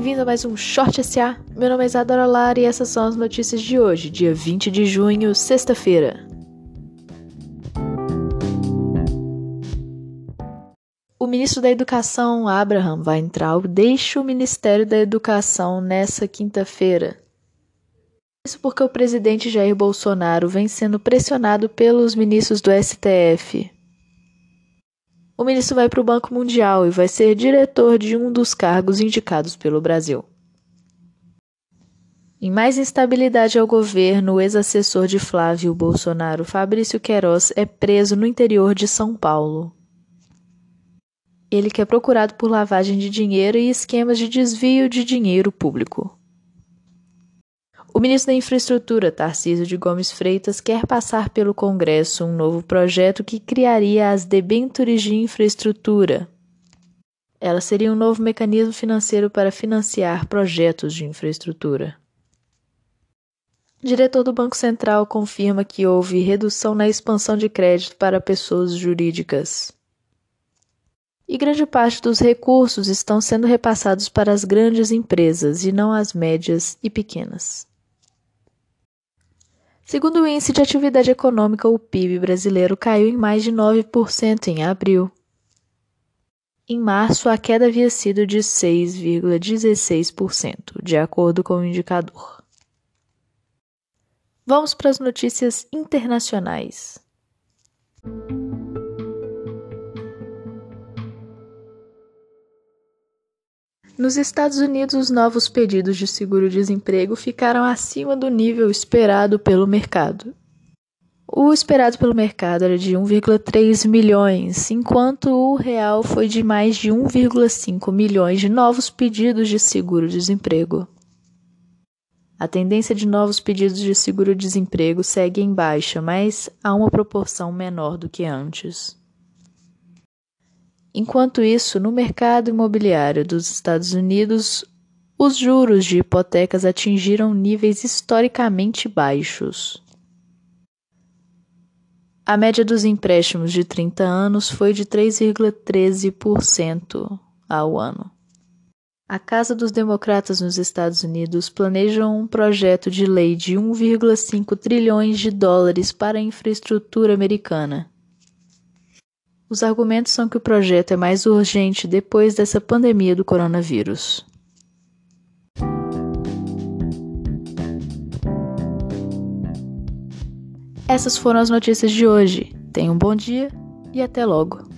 bem-vindo a mais um Short SA. Meu nome é Isadora Lara e essas são as notícias de hoje, dia 20 de junho, sexta-feira. O ministro da Educação, Abraham Weintraub, deixa o Ministério da Educação nesta quinta-feira. Isso porque o presidente Jair Bolsonaro vem sendo pressionado pelos ministros do STF. O ministro vai para o Banco Mundial e vai ser diretor de um dos cargos indicados pelo Brasil. Em mais instabilidade ao governo, o ex-assessor de Flávio Bolsonaro, Fabrício Queiroz, é preso no interior de São Paulo. Ele que é procurado por lavagem de dinheiro e esquemas de desvio de dinheiro público. O ministro da Infraestrutura, Tarcísio de Gomes Freitas, quer passar pelo Congresso um novo projeto que criaria as debêntures de infraestrutura. Ela seria um novo mecanismo financeiro para financiar projetos de infraestrutura. O diretor do Banco Central confirma que houve redução na expansão de crédito para pessoas jurídicas. E grande parte dos recursos estão sendo repassados para as grandes empresas e não as médias e pequenas. Segundo o Índice de Atividade Econômica, o PIB brasileiro caiu em mais de 9% em abril. Em março, a queda havia sido de 6,16%, de acordo com o indicador. Vamos para as notícias internacionais. Nos Estados Unidos, os novos pedidos de seguro-desemprego ficaram acima do nível esperado pelo mercado. O esperado pelo mercado era de 1,3 milhões, enquanto o real foi de mais de 1,5 milhões de novos pedidos de seguro-desemprego. A tendência de novos pedidos de seguro-desemprego segue em baixa, mas há uma proporção menor do que antes. Enquanto isso, no mercado imobiliário dos Estados Unidos, os juros de hipotecas atingiram níveis historicamente baixos. A média dos empréstimos de 30 anos foi de 3,13% ao ano. A Casa dos Democratas nos Estados Unidos planeja um projeto de lei de 1,5 trilhões de dólares para a infraestrutura americana. Os argumentos são que o projeto é mais urgente depois dessa pandemia do coronavírus. Essas foram as notícias de hoje. Tenha um bom dia e até logo.